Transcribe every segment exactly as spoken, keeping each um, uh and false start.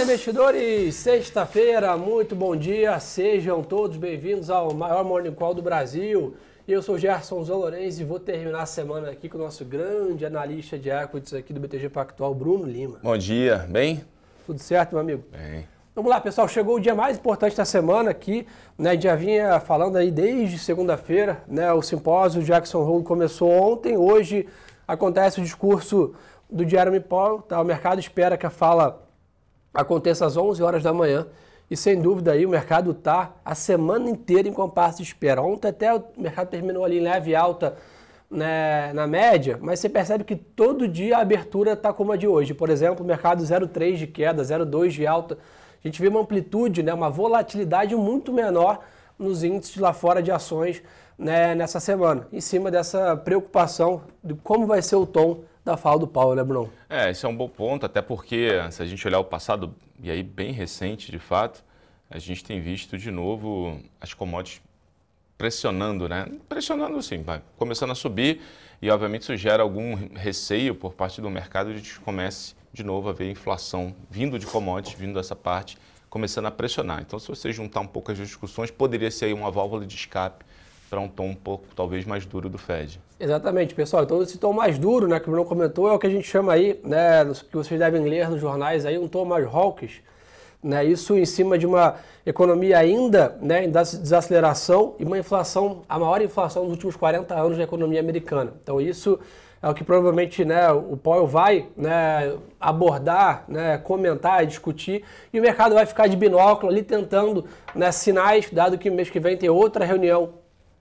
investidores! Sexta-feira, muito bom dia, sejam todos bem-vindos ao maior Morning Call do Brasil. Eu sou Gerson Zalorenzi e vou terminar a semana aqui com o nosso grande analista de equities aqui do B T G Pactual, Bruno Lima. Bom dia, bem? Tudo certo, meu amigo? Bem. Vamos lá, pessoal, chegou o dia mais importante da semana aqui, né? A gente já vinha falando aí desde segunda-feira, né? O simpósio Jackson Hole começou ontem, hoje acontece o discurso do Jeremy Powell, tá? O mercado espera que a fala aconteça às onze horas da manhã e, sem dúvida, aí o mercado está a semana inteira em compasso de espera. Ontem até o mercado terminou ali em leve alta, né, na média, mas você percebe que todo dia a abertura está como a de hoje. Por exemplo, o mercado zero vírgula três de queda, zero vírgula dois de alta. A gente vê uma amplitude, né, uma volatilidade muito menor nos índices lá fora de ações, né, nessa semana, em cima dessa preocupação de como vai ser o tom da fala do Powell, né, Bruno? É, esse é um bom ponto, até porque se a gente olhar o passado, e aí bem recente de fato, a gente tem visto de novo as commodities pressionando, né? Pressionando sim, vai, começando a subir e obviamente isso gera algum receio por parte do mercado de que a gente comece de novo a ver inflação vindo de commodities, vindo dessa parte, começando a pressionar. Então, se você juntar um pouco as discussões, poderia ser aí uma válvula de escape para um tom um pouco, talvez, mais duro do Fed. Exatamente, pessoal. Então, esse tom mais duro, né, que o Bruno comentou, é o que a gente chama aí, né, que vocês devem ler nos jornais aí, um tom mais hawkish, né, isso em cima de uma economia ainda, né, em desaceleração e uma inflação, a maior inflação dos últimos quarenta anos da economia americana. Então, isso é o que provavelmente, né, o Powell vai, né, abordar, né, comentar, discutir, e o mercado vai ficar de binóculo ali tentando, né, sinais, dado que mês que vem tem outra reunião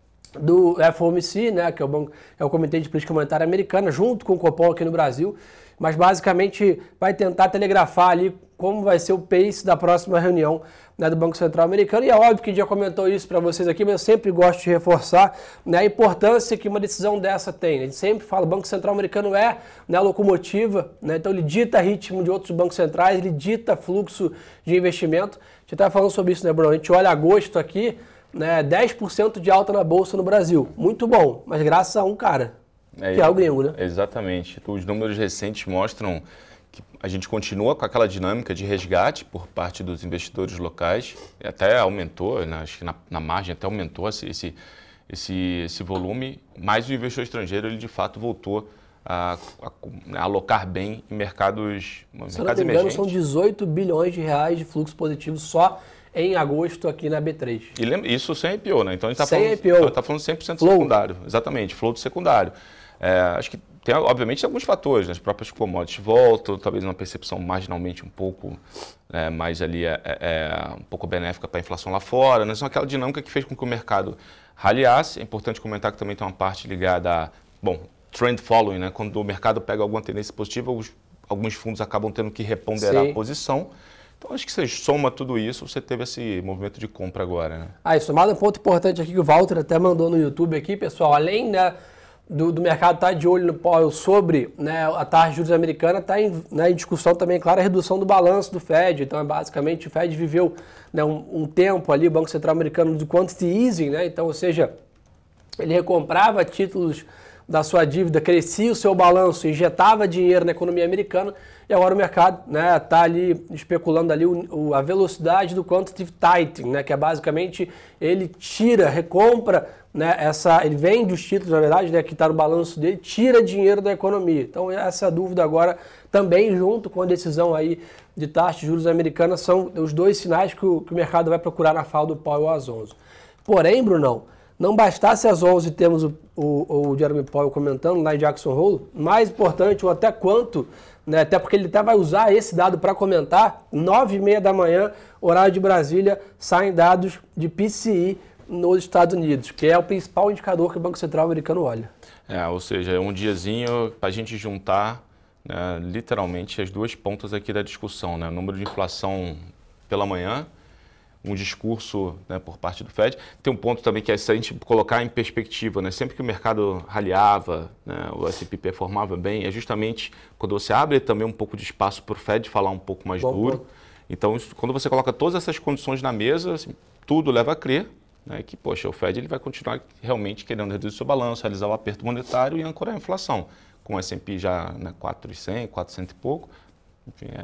do F O M C, né, que é o, banco, é o Comitê de Política Monetária Americana, junto com o Copom aqui no Brasil, mas basicamente vai tentar telegrafar ali como vai ser o pace da próxima reunião, né, do Banco Central Americano. E é óbvio que já comentou isso para vocês aqui, mas eu sempre gosto de reforçar, né, a importância que uma decisão dessa tem. A gente sempre fala, o Banco Central Americano é, né, a locomotiva, né, então ele dita ritmo de outros bancos centrais, ele dita fluxo de investimento. A gente estava falando sobre isso, né, Bruno? A gente olha agosto aqui, né, dez por cento de alta na Bolsa no Brasil. Muito bom, mas graças a um cara, é, que é o gringo, né? Exatamente. Os números recentes mostram que a gente continua com aquela dinâmica de resgate por parte dos investidores locais, até aumentou, né, acho que na, na margem até aumentou esse, esse, esse, esse volume, mas o investidor estrangeiro, ele de fato voltou a, a, a alocar bem em mercados, Se mercados não me engano, emergentes. são dezoito bilhões de reais de fluxo positivo só em agosto aqui na B três. E lembra, isso sem I P O, né? Então a gente está falando, tá falando cem por cento flow. secundário. Exatamente, flow do secundário. É, acho que tem, obviamente, alguns fatores, né? As próprias commodities voltam, talvez uma percepção marginalmente um pouco é, mais ali, é, é, um pouco benéfica para a inflação lá fora, né? São aquela dinâmica que fez com que o mercado raliasse. É importante comentar que também tem uma parte ligada a, bom, trend following, né? Quando o mercado pega alguma tendência positiva, os, alguns fundos acabam tendo que reponderar Sim. a posição. Então, acho que você soma tudo isso, você teve esse movimento de compra agora, né? Ah, isso, mais um ponto importante aqui que o Walter até mandou no YouTube aqui, pessoal, além, né, do, do mercado estar de olho no Powell sobre, né, a taxa de juros americana, está em, né, em discussão também, claro, a redução do balanço do Fed. Então, é basicamente, o Fed viveu, né, um, um tempo ali, o Banco Central Americano, de quantity easing, né, então, ou seja, ele recomprava títulos da sua dívida, crescia o seu balanço, injetava dinheiro na economia americana, e agora o mercado está, né, tá ali especulando ali o, o, a velocidade do quantitative tightening, né, que é basicamente ele tira, recompra, né, essa, ele vende os títulos, na verdade, né, que está no balanço dele, tira dinheiro da economia. Então essa dúvida agora também junto com a decisão aí de taxa de juros americana são os dois sinais que o, que o mercado vai procurar na fala do Powell às onze. Porém, Brunão, não bastasse às onze termos o, o, o Jeremy Powell comentando lá em Jackson Hole, mais importante, ou até quanto, né, até porque ele até vai usar esse dado para comentar, nove e meia da manhã, horário de Brasília, saem dados de P C I nos Estados Unidos, que é o principal indicador que o Banco Central americano olha. É, ou seja, é um diazinho para a gente juntar, né, literalmente as duas pontas aqui da discussão, né, o número de inflação pela manhã, um discurso, né, por parte do Fed. Tem um ponto também que é se a gente colocar em perspectiva, né, sempre que o mercado raliava, né, o S and P performava bem, é justamente quando você abre também um pouco de espaço para o Fed falar um pouco mais Bom duro. Ponto. Então, isso, quando você coloca todas essas condições na mesa, assim, tudo leva a crer, né, que, poxa, o Fed ele vai continuar realmente querendo reduzir o seu balanço, realizar o aperto monetário e ancorar a inflação. Com o S and P já, né, quatro mil e cem, quatrocentos e pouco, enfim, é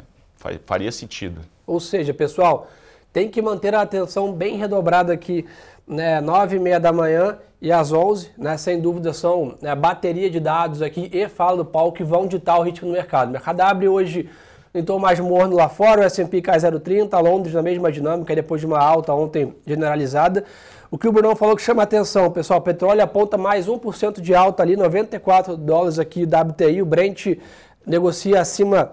faria sentido. Ou seja, pessoal, tem que manter a atenção bem redobrada aqui, né, nove e meia da manhã e às onze, né, sem dúvida são, né, bateria de dados aqui e fala do Powell que vão ditar o ritmo do mercado. O mercado abre hoje em tom mais morno lá fora, o S and P cai zero vírgula trinta, Londres na mesma dinâmica, depois de uma alta ontem generalizada. O que o Brunão falou que chama a atenção, pessoal, o petróleo aponta mais um por cento de alta ali, noventa e quatro dólares aqui W T I, o Brent negocia acima,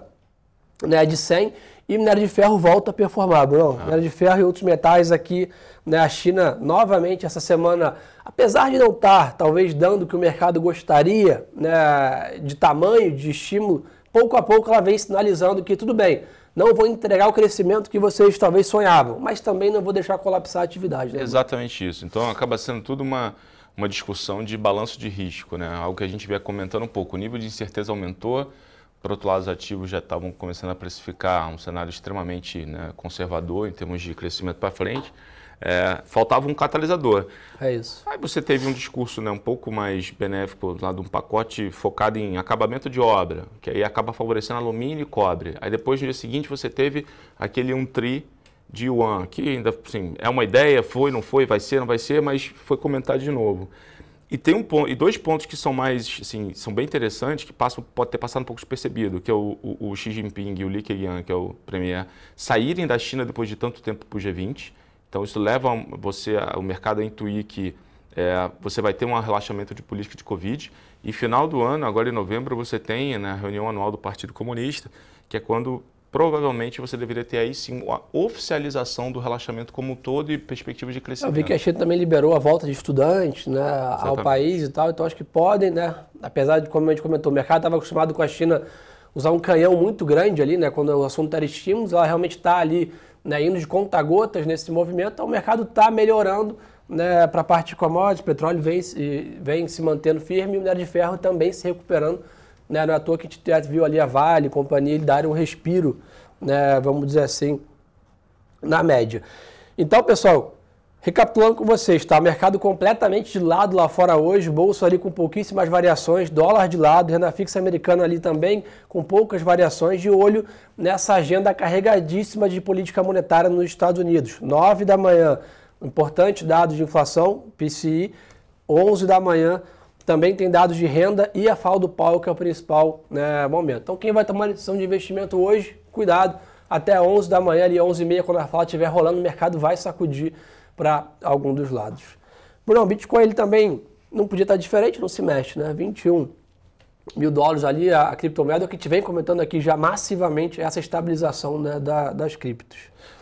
né, de cem, e minério de ferro volta a performar, Bruno. Ah. Minério de ferro e outros metais aqui, né, a China novamente essa semana, apesar de não estar talvez dando o que o mercado gostaria, né, de tamanho, de estímulo, pouco a pouco ela vem sinalizando que tudo bem, não vou entregar o crescimento que vocês talvez sonhavam, mas também não vou deixar colapsar a atividade. Né? Exatamente isso. Então acaba sendo tudo uma, uma discussão de balanço de risco, né? Algo que a gente vinha comentando um pouco. O nível de incerteza aumentou, por outro lado os ativos já estavam começando a precificar um cenário extremamente, né, conservador em termos de crescimento para frente. É, faltava um catalisador. É isso. Aí você teve um discurso, né, um pouco mais benéfico lá de um pacote focado em acabamento de obra, que aí acaba favorecendo alumínio e cobre. Aí depois, no dia seguinte, você teve aquele um tri de yuan, que ainda assim, é uma ideia, foi, não foi, vai ser, não vai ser, mas foi comentado de novo. E tem um ponto, e dois pontos que são mais, assim, são bem interessantes, que passam, pode ter passado um pouco despercebido, que é o, o, o Xi Jinping e o Li Keqiang, que é o premier, saírem da China depois de tanto tempo para o G vinte. Então, isso leva você, o mercado a intuir que é, você vai ter um relaxamento de política de Covid. E final do ano, agora em novembro, você tem, né, a reunião anual do Partido Comunista, que é quando provavelmente você deveria ter aí sim a oficialização do relaxamento como um todo e perspectiva de crescimento. Eu vi que a China também liberou a volta de estudantes, né, ao país e tal, então acho que podem, né, apesar de, como a gente comentou, o mercado estava acostumado com a China usar um canhão muito grande ali, né, quando o assunto era estímulos, ela realmente está ali, né, indo de conta-gotas nesse movimento, então o mercado está melhorando, né, para a parte de commodities, o petróleo vem, vem se mantendo firme e o minério de ferro também se recuperando, né, não é à toa que a gente viu ali a Vale, companhia, darem um respiro, né, vamos dizer assim, na média. Então, pessoal, recapitulando com vocês, tá? Mercado completamente de lado lá fora hoje, bolsa ali com pouquíssimas variações, dólar de lado, renda fixa americana ali também com poucas variações, de olho nessa agenda carregadíssima de política monetária nos Estados Unidos. nove da manhã, importante dados de inflação, P C I, onze da manhã, também tem dados de renda e a fala do Powell, que é o principal, né, momento. Então, quem vai tomar decisão de investimento hoje, cuidado, até onze da manhã, ali onze e meia, quando a fala estiver rolando, o mercado vai sacudir para algum dos lados. Bruno, o Bitcoin ele também não podia estar diferente, não se mexe, né? vinte e um mil dólares ali, a, a criptomoeda, que a gente vem comentando aqui já massivamente, essa estabilização, né, da, das criptos.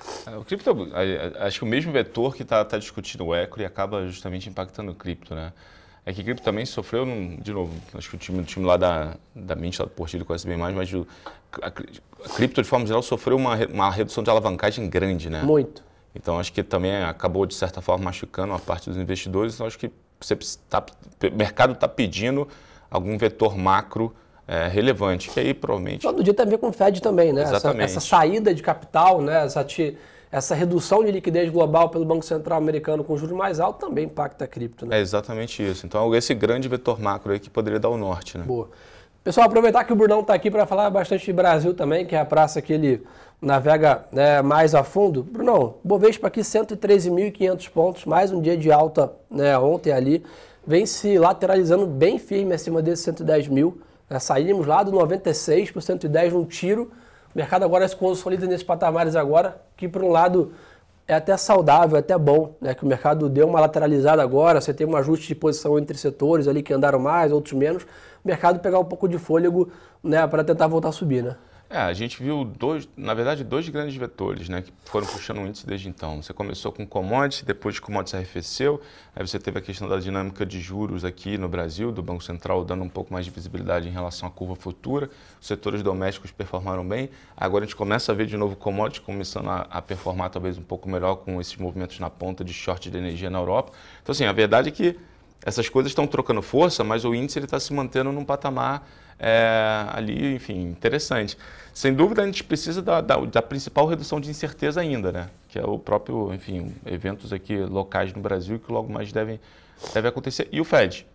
O cripto, acho que o mesmo vetor que está tá discutindo o equity acaba justamente impactando o cripto, né? É que o cripto também sofreu, num, de novo, acho que o time, o time lá da, da Mint, lá do Portilho, conhece bem mais, mas o, a, a cripto, de forma geral, sofreu uma, uma redução de alavancagem grande, né? Muito. Então, acho que também acabou, de certa forma, machucando a parte dos investidores. Então, acho que você tá, o mercado está pedindo algum vetor macro é, relevante, que aí provavelmente... Todo dia tem a ver com o Fed também, né? Exatamente. Essa, essa saída de capital, né? Essa, essa redução de liquidez global pelo Banco Central americano com juros mais altos também impacta a cripto, né? É exatamente isso. Então, esse grande vetor macro aí que poderia dar o norte, né? Boa. Pessoal, aproveitar que o Brunão está aqui para falar bastante de Brasil também, que é a praça que ele navega, né, mais a fundo. Brunão, Bovespa aqui cento e treze mil e quinhentos pontos, mais um dia de alta, né, ontem ali, vem se lateralizando bem firme acima desses cento e dez mil. Né, saímos lá do noventa e seis para cento e dez num tiro. O mercado agora se consolida nesses patamares agora, que por um lado é até saudável, é até bom, né, que o mercado deu uma lateralizada agora, você tem um ajuste de posição entre setores ali que andaram mais, outros menos, o mercado pegar um pouco de fôlego, né, para tentar voltar a subir, né? É, a gente viu dois, na verdade, dois grandes vetores, né, que foram puxando o índice desde então. Você começou com commodities, depois de commodities arrefeceu, aí você teve a questão da dinâmica de juros aqui no Brasil, do Banco Central dando um pouco mais de visibilidade em relação à curva futura, os setores domésticos performaram bem, agora a gente começa a ver de novo commodities começando a, a performar talvez um pouco melhor com esses movimentos na ponta de short de energia na Europa. Então, assim, a verdade é que essas coisas estão trocando força, mas o índice está se mantendo num patamar é, ali, enfim, interessante. Sem dúvida, a gente precisa da, da, da principal redução de incerteza ainda, né? Que é o próprio, enfim, eventos aqui locais no Brasil que logo mais devem, devem acontecer. E o Fed.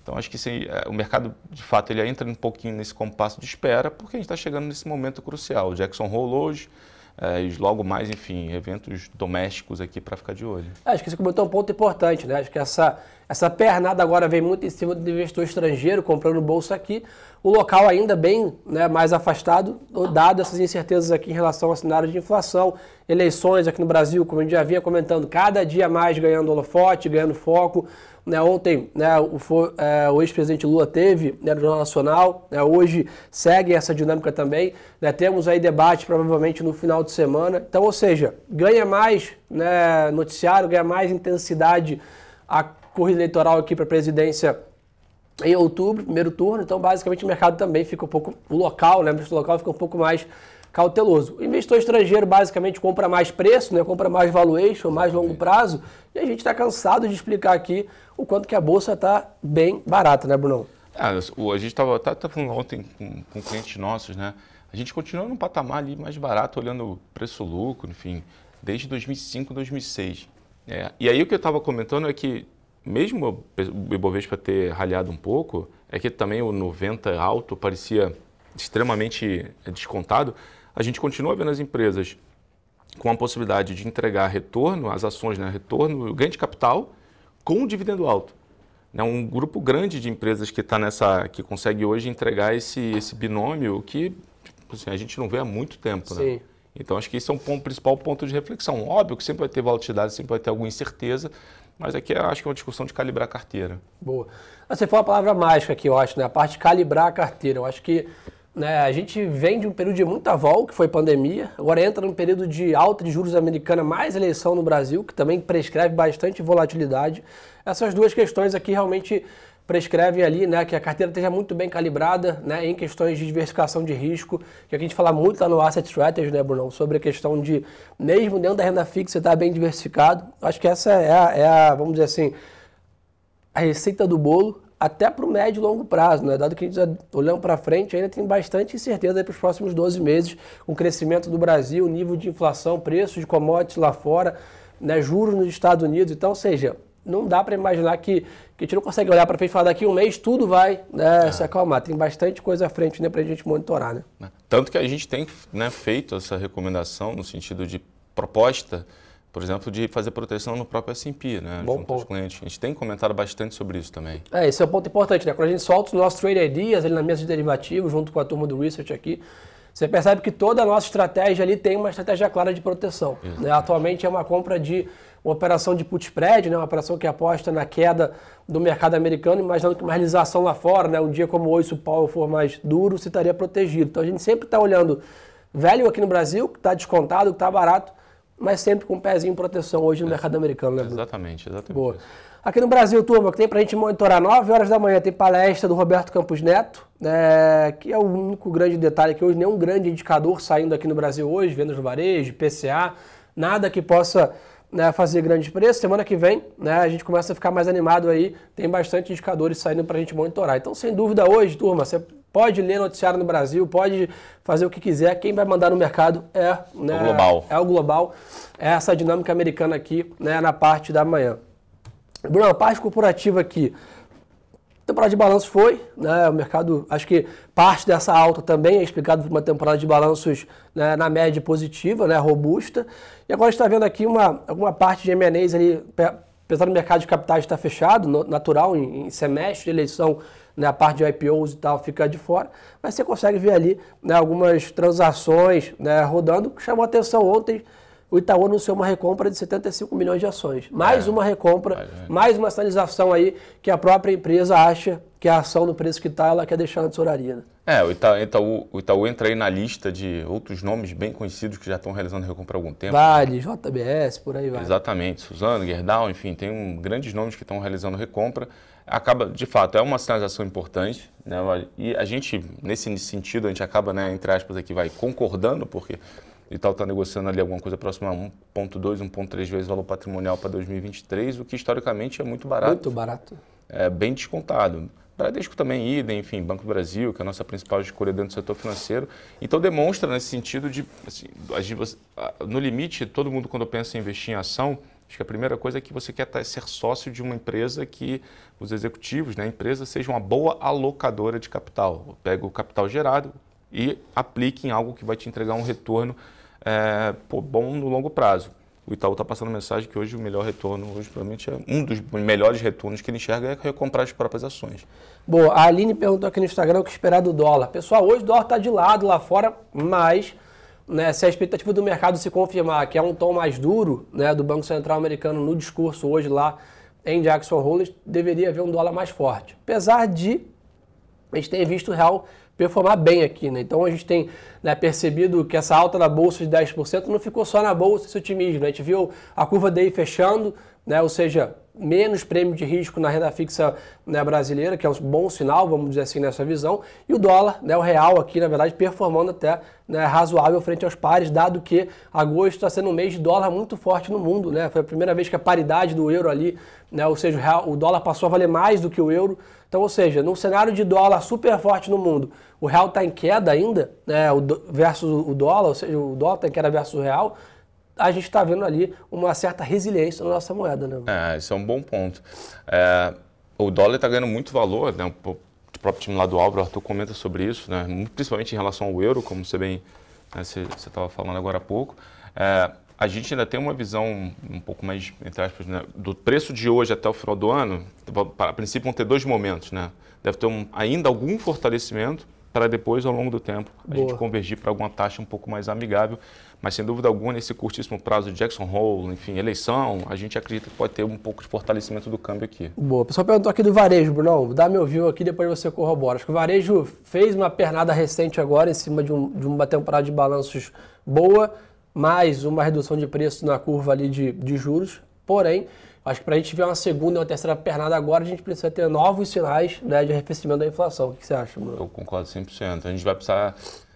Então, acho que esse, o mercado, de fato, ele entra um pouquinho nesse compasso de espera, porque a gente está chegando nesse momento crucial. O Jackson Hole hoje, é, e logo mais, enfim, eventos domésticos aqui para ficar de olho. Acho que você comentou um ponto importante, né? Acho que essa, essa pernada agora vem muito em cima do investidor estrangeiro comprando bolsa aqui. O local ainda bem, né, mais afastado, dado essas incertezas aqui em relação ao cenário de inflação, eleições aqui no Brasil, como a gente já vinha comentando, cada dia mais ganhando holofote, ganhando foco. Né, ontem, né, o, é, o ex-presidente Lula teve, né, no Jornal Nacional, né, hoje segue essa dinâmica também, né, temos aí debate provavelmente no final de semana, então, ou seja, ganha mais, né, noticiário, ganha mais intensidade a corrida eleitoral aqui para a presidência em outubro, primeiro turno, então basicamente o mercado também fica um pouco, o local, né, o local fica um pouco mais cauteloso. O investidor estrangeiro basicamente compra mais preço, né, compra mais valuation, mais longo prazo, e a gente está cansado de explicar aqui o quanto que a bolsa está bem barata, né, Brunão? É, a gente estava tá, tá falando ontem com, com clientes nossos, né? A gente continua num patamar ali mais barato, olhando preço-lucro, enfim, desde dois mil e cinco, dois mil e seis. É, e aí o que eu estava comentando é que, mesmo o Ibovespa ter ralhado um pouco, é que também o noventa alto parecia extremamente descontado. A gente continua vendo as empresas com a possibilidade de entregar retorno, as ações, né, retorno, ganho de capital com dividendo alto. É um grupo grande de empresas que está nessa, que consegue hoje entregar esse, esse binômio que assim, a gente não vê há muito tempo, né? Sim. Então acho que esse é um ponto, principal ponto de reflexão. Óbvio que sempre vai ter volatilidade, sempre vai ter alguma incerteza, mas aqui eu acho que é uma discussão de calibrar a carteira. Boa. Você falou a palavra mágica aqui, eu acho, né? A parte de calibrar a carteira. Eu acho que né, a gente vem de um período de muita vol, que foi pandemia, agora entra num período de alta de juros americana, mais eleição no Brasil, que também prescreve bastante volatilidade. Essas duas questões aqui realmente prescrevem ali, né, que a carteira esteja muito bem calibrada, né, em questões de diversificação de risco, que a gente fala muito lá no Asset Strategy, né, Brunão, sobre a questão de, mesmo dentro da renda fixa, estar bem diversificado. Acho que essa é a, é a vamos dizer assim, a receita do bolo, até para o médio e longo prazo, né? Dado que a gente, olhando para frente, ainda tem bastante incerteza para os próximos doze meses, com o crescimento do Brasil, nível de inflação, preços de commodities lá fora, né? Juros nos Estados Unidos. Então, ou seja, não dá para imaginar que, que a gente não consegue olhar para frente e falar daqui a um mês tudo vai, né, é. se acalmar. Tem bastante coisa à frente, né, para a gente monitorar. Né? Tanto que a gente tem, né, feito essa recomendação no sentido de proposta, por exemplo, de fazer proteção no próprio S and P, né, Bom junto ponto. aos clientes. A gente tem comentado bastante sobre isso também. É, esse é um ponto importante, né? Quando a gente solta os nossos trade ideas ali na mesa de derivativos, junto com a turma do Research aqui, você percebe que toda a nossa estratégia ali tem uma estratégia clara de proteção. Né? Atualmente é uma compra de uma operação de put spread, né? Uma operação que aposta na queda do mercado americano, imaginando que uma realização lá fora, né? Um dia como hoje, se o Powell for mais duro, você estaria protegido. Então a gente sempre está olhando velho aqui no Brasil, que está descontado, que está barato, mas sempre com um pezinho em proteção hoje no é. mercado americano, né, Bruno? Exatamente, exatamente. Boa. Aqui no Brasil, turma, que tem pra gente monitorar nove horas da manhã, tem palestra do Roberto Campos Neto, né, que é o único grande detalhe que hoje nenhum grande indicador saindo aqui no Brasil hoje, vendas no varejo, P C A, nada que possa, né, fazer grande preço. Semana que vem, né, a gente começa a ficar mais animado aí, tem bastante indicadores saindo pra gente monitorar. Então, sem dúvida, hoje, turma, você pode ler noticiário no Brasil, pode fazer o que quiser. Quem vai mandar no mercado é, né, o global. É o global. É essa dinâmica americana aqui, né, na parte da manhã. Bruno, a parte corporativa aqui. A temporada de balanço foi, né, o mercado, acho que parte dessa alta também é explicado por uma temporada de balanços, né, na média positiva, né, robusta. E agora a gente está vendo aqui uma, alguma parte de M and As ali, apesar do mercado de capitais estar fechado, natural, em, em semestre de eleição, né, a parte de I P Os e tal fica de fora, mas você consegue ver ali, né, algumas transações, né, rodando, que chamou a atenção ontem. O Itaú anunciou uma recompra de setenta e cinco milhões de ações. Mais é, uma recompra, é, é. mais uma sinalização aí que a própria empresa acha que a ação no preço que está, ela quer deixar na tesouraria. Né? É, o Itaú, Itaú, o Itaú entra aí na lista de outros nomes bem conhecidos que já estão realizando recompra há algum tempo. Vale, J B S, por aí vai. Exatamente, Suzano, Gerdau, enfim, tem um, grandes nomes que estão realizando recompra. Acaba, de fato, é uma sinalização importante, né? E a gente, nesse sentido, a gente acaba, né, entre aspas, aqui vai concordando, porque o Itaú está negociando ali alguma coisa próxima a um ponto dois, um ponto três vezes o valor patrimonial para dois mil e vinte e três, o que historicamente é muito barato. Muito barato. É bem descontado. Bradesco também, idem, enfim, Banco do Brasil, que é a nossa principal escolha dentro do setor financeiro. Então demonstra nesse sentido de, assim, no limite, todo mundo quando pensa em investir em ação, Acho que a primeira coisa é que você quer tá, ser sócio de uma empresa que os executivos, né, a empresa, seja uma boa alocadora de capital. Pega o capital gerado e aplique em algo que vai te entregar um retorno é, pô, bom no longo prazo. O Itaú está passando a mensagem que hoje o melhor retorno, hoje provavelmente é um dos melhores retornos que ele enxerga é recomprar as próprias ações. Boa, a Aline perguntou aqui no Instagram o que esperar do dólar. Pessoal, hoje o dólar está de lado lá fora, mas né, se a expectativa do mercado se confirmar que é um tom mais duro né, do Banco Central americano no discurso hoje lá em Jackson Hole, deveria haver um dólar mais forte. Apesar de a gente ter visto o real performar bem aqui, né? Então a gente tem né, percebido que essa alta na bolsa de dez por cento não ficou só na bolsa esse otimismo, né? A gente viu a curva D I fechando, né? Ou seja, menos prêmio de risco na renda fixa né, brasileira, que é um bom sinal, vamos dizer assim, nessa visão, e o dólar, né, o real aqui, na verdade, performando até né, razoável frente aos pares, dado que agosto está sendo um mês de dólar muito forte no mundo, né? Foi a primeira vez que a paridade do euro ali, né, ou seja, o, real, o dólar passou a valer mais do que o euro. Então, ou seja, num cenário de dólar super forte no mundo, o real está em queda ainda, né, o do, versus o dólar, ou seja, o dólar está em queda versus o real, a gente está vendo ali uma certa resiliência na nossa moeda, né? É, esse é um bom ponto. É, o dólar está ganhando muito valor, né? O próprio time lá do Álvaro, o Arthur comenta sobre isso, né? Principalmente em relação ao euro, como você bem né, você estava falando agora há pouco. É, a gente ainda tem uma visão um pouco mais, entre aspas, né, do preço de hoje até o final do ano. A princípio vão ter dois momentos, né? Deve ter um, ainda algum fortalecimento para depois, ao longo do tempo, a Boa. gente convergir para alguma taxa um pouco mais amigável. Mas, sem dúvida alguma, nesse curtíssimo prazo de Jackson Hole, enfim, eleição, a gente acredita que pode ter um pouco de fortalecimento do câmbio aqui. Boa. O pessoal perguntou aqui do varejo, Brunão. Dá meu view aqui, depois você corrobora. Acho que o varejo fez uma pernada recente agora em cima de, um, de uma temporada de balanços boa, mais uma redução de preço na curva ali de, de juros. Porém, acho que para a gente ver uma segunda e uma terceira pernada agora, a gente precisa ter novos sinais né, de arrefecimento da inflação. O que você acha, Bruno? Eu concordo cem por cento. A gente vai precisar...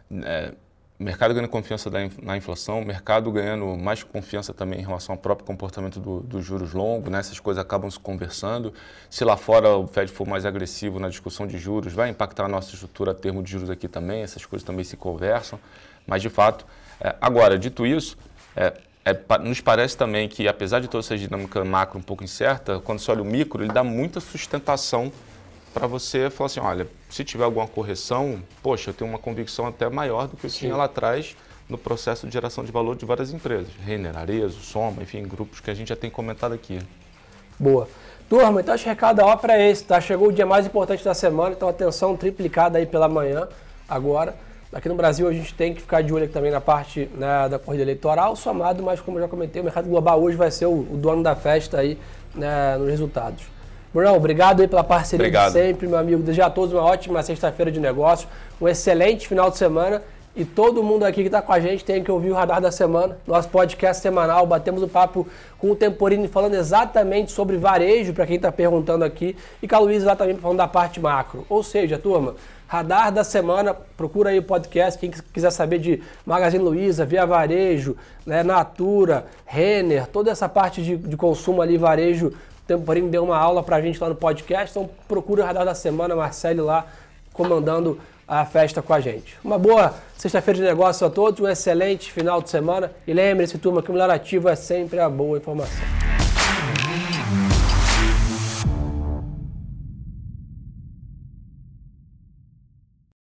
É, o mercado ganhando confiança na inflação, o mercado ganhando mais confiança também em relação ao próprio comportamento dos do juros longos, né? Essas coisas acabam se conversando. Se lá fora o Fed for mais agressivo na discussão de juros, vai impactar a nossa estrutura a termo de juros aqui também, essas coisas também se conversam. Mas, de fato, é, agora, dito isso, é, é, nos parece também que, apesar de toda essa dinâmica macro um pouco incerta, quando você olha o micro, ele dá muita sustentação para você falar assim, olha, se tiver alguma correção, poxa, eu tenho uma convicção até maior do que eu Sim. tinha lá atrás no processo de geração de valor de várias empresas. Renner, Arezzo, Soma, enfim, grupos que a gente já tem comentado aqui. Boa. Turma, então acho que o recado da ópera é esse, tá? Chegou o dia mais importante da semana, então atenção triplicada aí pela manhã, agora. Aqui no Brasil a gente tem que ficar de olho aqui também na parte né, da corrida eleitoral, somado, mas como eu já comentei, o mercado global hoje vai ser o, o dono da festa aí né, nos resultados. Brunão, obrigado aí pela parceria obrigado. de sempre, meu amigo. Desejo a todos uma ótima sexta-feira de negócio, um excelente final de semana e todo mundo aqui que está com a gente tem que ouvir o Radar da Semana, nosso podcast semanal. Batemos o papo com o Temporini falando exatamente sobre varejo, para quem está perguntando aqui, e com a Luísa exatamente falando da parte macro. Ou seja, turma, Radar da Semana, procura aí o podcast, quem quiser saber de Magazine Luiza, Via Varejo, né, Natura, Renner, toda essa parte de, de consumo ali, varejo. O Temporini deu uma aula pra gente lá no podcast, então procura o Radar da Semana, Marcelo lá comandando a festa com a gente. Uma boa sexta-feira de negócio a todos, um excelente final de semana e lembre-se, turma, que o melhor ativo é sempre a boa informação.